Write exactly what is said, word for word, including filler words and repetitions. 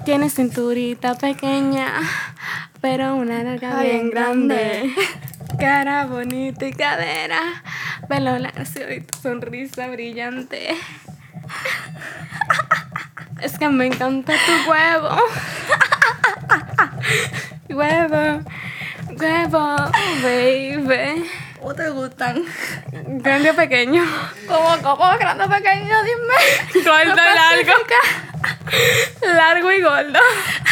Tienes cinturita pequeña, pero una nalga bien grande. Cara bonita y cadera, pelo lacio y tu sonrisa brillante. Es que me encanta tu huevo. Huevo, huevo, baby. ¿Cómo te gustan? Grande o pequeño. ¿Cómo, cómo? Grande o pequeño, dime. Gordo y largo. Largo y gordo.